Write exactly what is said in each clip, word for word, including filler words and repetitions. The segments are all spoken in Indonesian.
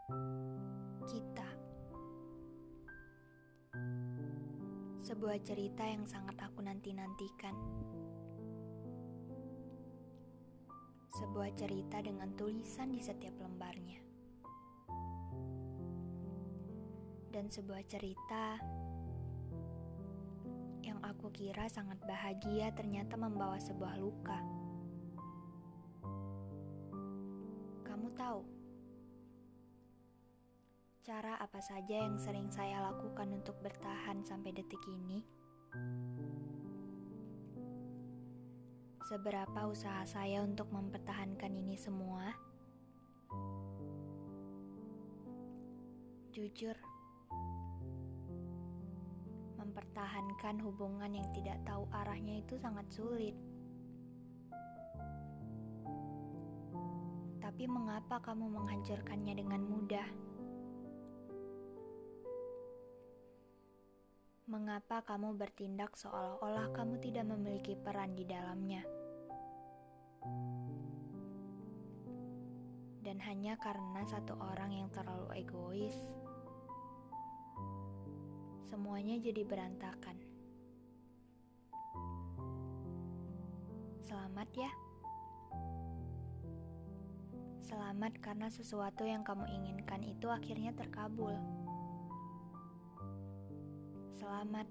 Kita, sebuah cerita yang sangat aku nanti-nantikan. Sebuah cerita dengan tulisan di setiap lembarnya. Dan sebuah cerita yang aku kira sangat bahagia ternyata membawa sebuah luka. Kamu tahu, cara apa saja yang sering saya lakukan untuk bertahan sampai detik ini? Seberapa usaha saya untuk mempertahankan ini semua? Jujur, mempertahankan hubungan yang tidak tahu arahnya itu sangat sulit. Tapi mengapa kamu menghancurkannya dengan mudah? Mengapa kamu bertindak seolah-olah kamu tidak memiliki peran di dalamnya? Dan hanya karena satu orang yang terlalu egois, semuanya jadi berantakan. Selamat ya. Selamat karena sesuatu yang kamu inginkan itu akhirnya terkabul. Selamat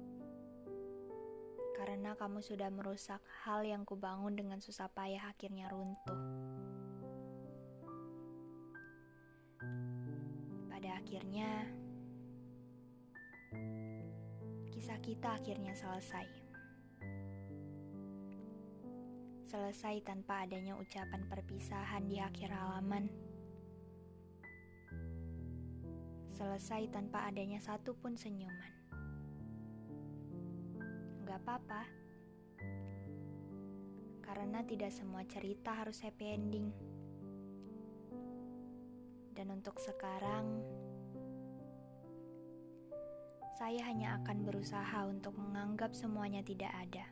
karena kamu sudah merusak hal yang kubangun dengan susah payah akhirnya runtuh. Pada akhirnya, kisah kita akhirnya selesai. Selesai tanpa adanya ucapan perpisahan di akhir halaman. Selesai tanpa adanya satupun senyuman. Gak apa-apa, karena tidak semua cerita harus happy ending. Dan untuk sekarang, saya hanya akan berusaha untuk menganggap semuanya tidak ada.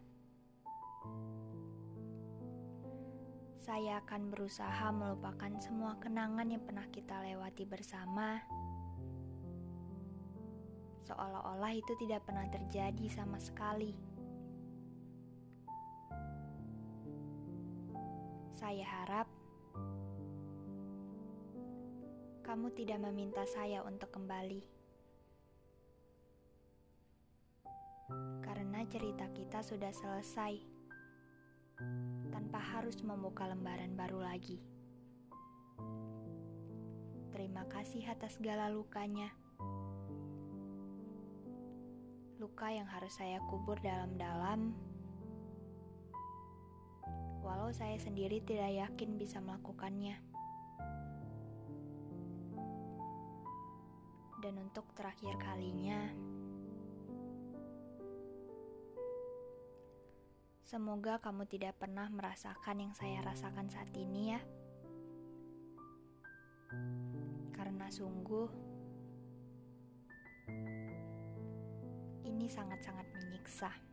Saya akan berusaha melupakan semua kenangan yang pernah kita lewati bersama, seolah-olah itu tidak pernah terjadi sama sekali. Saya harap kamu tidak meminta saya untuk kembali, karena cerita kita sudah selesai tanpa harus membuka lembaran baru lagi. Terima kasih atas segala lukanya. Luka yang harus saya kubur dalam-dalam, walau saya sendiri tidak yakin bisa melakukannya. Dan untuk terakhir kalinya, semoga kamu tidak pernah merasakan yang saya rasakan saat ini ya. Karena sungguh, ini sangat-sangat menyiksa.